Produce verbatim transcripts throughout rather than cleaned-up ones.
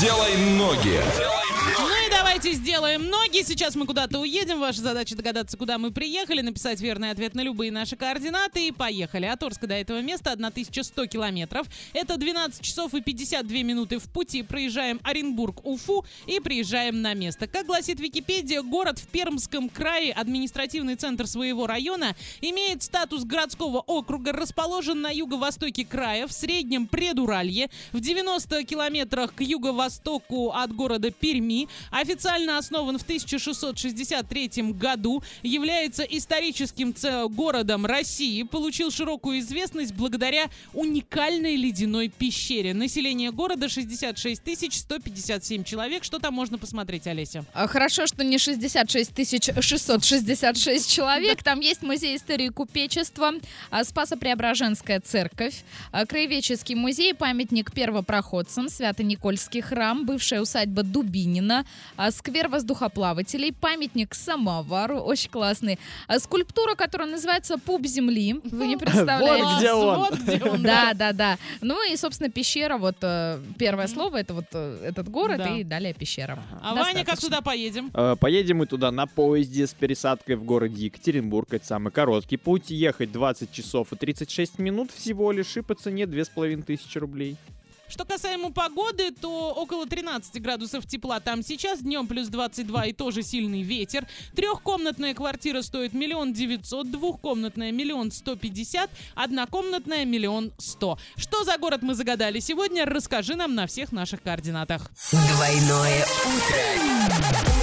Делай ноги. Ну и давайте сделаем ноги. Сейчас мы куда-то уедем. Ваша задача догадаться, куда мы приехали, написать верный ответ на любые наши координаты и поехали. От Орска до этого места тысяча сто километров. Это двенадцать часов и пятьдесят две минуты в пути. Проезжаем Оренбург, Уфу и приезжаем на место. Как гласит Википедия, город в Пермском крае, административный центр своего района, имеет статус городского округа, расположен на юго-востоке края, в среднем предуралье, в девяноста километрах к юго-востоку от города Перми. Официально основан в тысяча шестьсот шестьдесят третьем году, является историческим городом России, получил широкую известность благодаря уникальной ледяной пещере. Население города шестьдесят шесть тысяч сто пятьдесят семь человек. Что там можно посмотреть, Олеся? Хорошо, что не шестьдесят шесть тысяч шестьсот шестьдесят шесть человек. Да. Там есть музей истории купечества, Спасо-Преображенская церковь, краеведческий музей, памятник первопроходцам, Свято-Никольский храм, бывшая усадьба Дубинина, сквер воздухоплавателей, памятник самовару, очень классный, скульптура, которая называется «Пуп земли». Вы не представляете. Вот где он. Вот где он. Да, да, да. Ну и, собственно, пещера, вот первое слово, это вот этот город, Да. и далее пещера. А Ваня, как туда поедем? Э, Поедем мы туда на поезде с пересадкой в городе Екатеринбург. Это самый короткий путь. Ехать двадцать часов и тридцать шесть минут всего лишь, и по цене две с половиной тысячи рублей. Что касаемо погоды, то около тринадцати градусов тепла там сейчас, днем плюс двадцать два и тоже сильный ветер. Трехкомнатная квартира стоит миллион девятьсот, двухкомнатная миллион сто пятьдесят, однокомнатная миллион сто. Что за город мы загадали сегодня, расскажи нам на всех наших координатах. Двойное утро.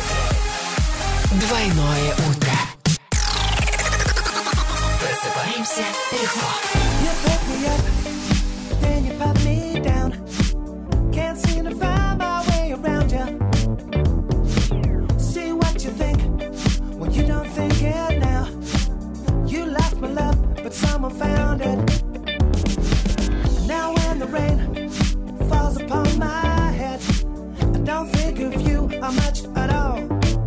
Двойное утро. Просыпаемся легко. Someone found it. Now when the rain falls upon my head, I don't think of you how much at all.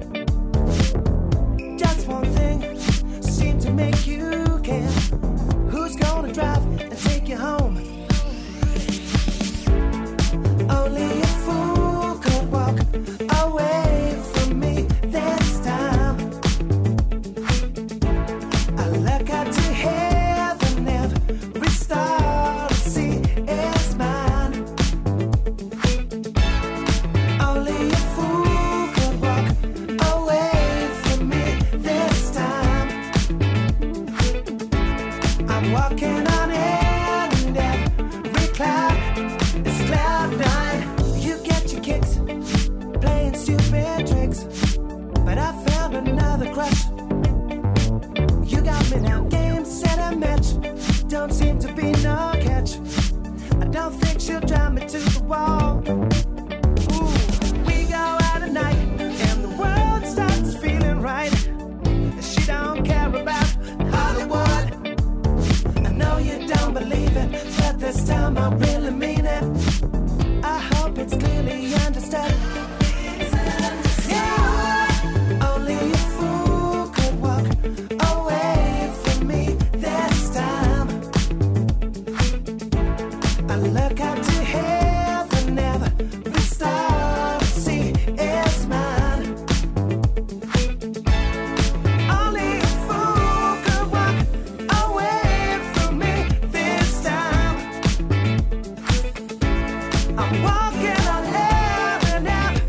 Just one thing seemed to make you care. Who's gonna drive and take you home? Only a fool could walk away from me this time. I look out to heaven. Walking on air and every cloud is cloud nine. You get your kicks playing stupid tricks, but I found another crush. You got me now, game, set, and match. Don't seem to be no catch. I don't think she'll drive me to the wall. Ooh, we go out at night and the world starts feeling right. She don't care about Hollywood. You don't believe it, but this time I really mean it. I hope it's clearly understood. Yeah. Only a fool could walk away from me this time. I look out to heaven, every star I see is mine. Only a fool could walk away from me. I'm walking on air and air.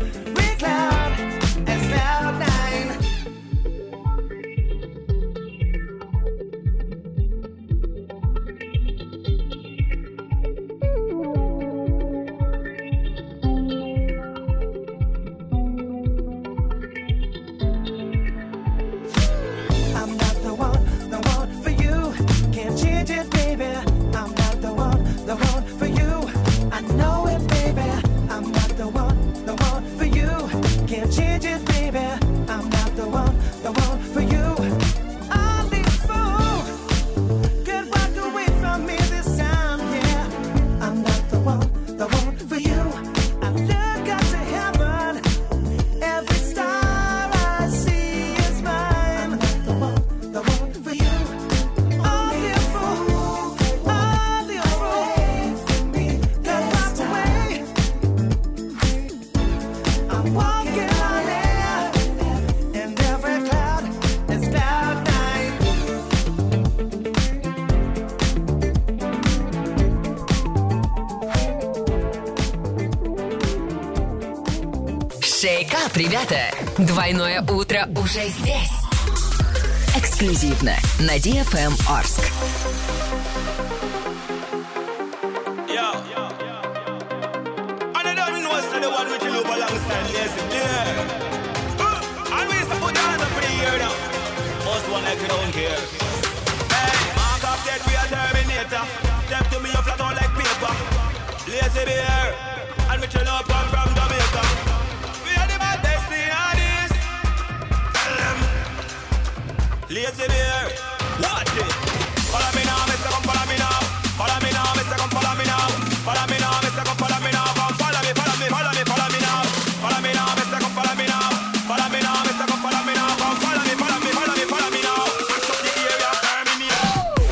Шейкап, ребята! Двойное утро уже здесь. Эксклюзивно на ди эф эм Орск. Step to me, you flat out like paper. Lazy bear, and me chill up, I'm from Jamaica. We are the baddest in all this. Tell them, lazy bear, watch it. Follow me now, Mister Come follow me now. Follow me now, Mister Come follow me now. Follow me now, Mister Come follow me now. Come follow me, follow me, follow me, follow me now. Follow me now, Mister Come follow me now. Follow me now, Mister Come follow me now. Come follow me, follow me, follow me, follow me now. Mash up the area, turn me now.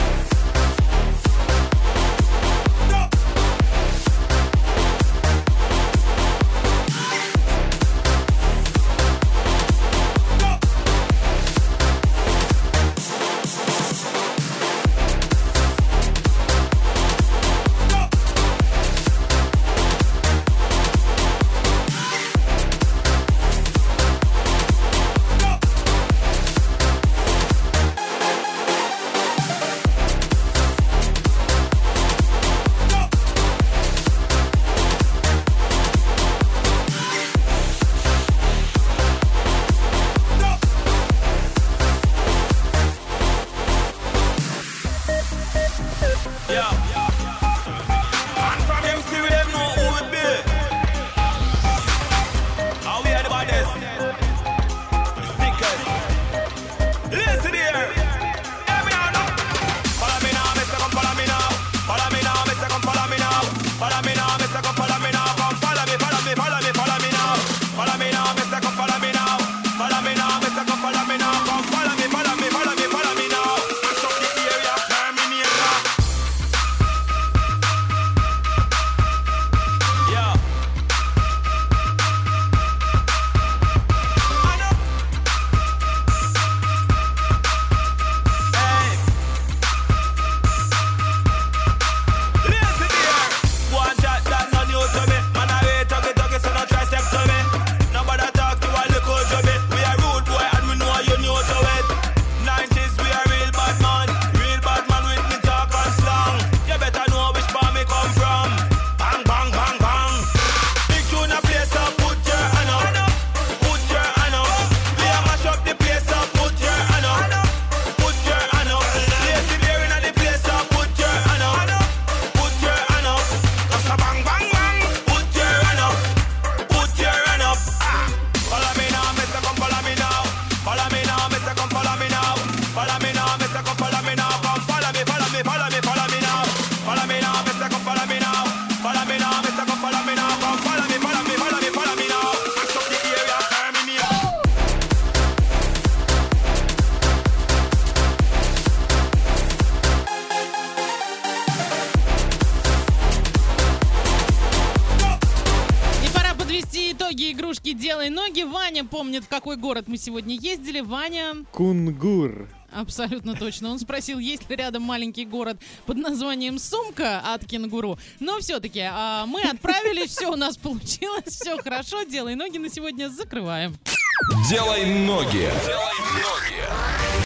Игрушки «Делай ноги». Ваня помнит, в какой город мы сегодня ездили. Ваня... Кунгур. Абсолютно точно. Он спросил, есть ли рядом маленький город под названием Сумка от кенгуру. Но все-таки а, мы отправились, все у нас получилось, все хорошо. «Делай ноги» на сегодня закрываем. «Делай ноги».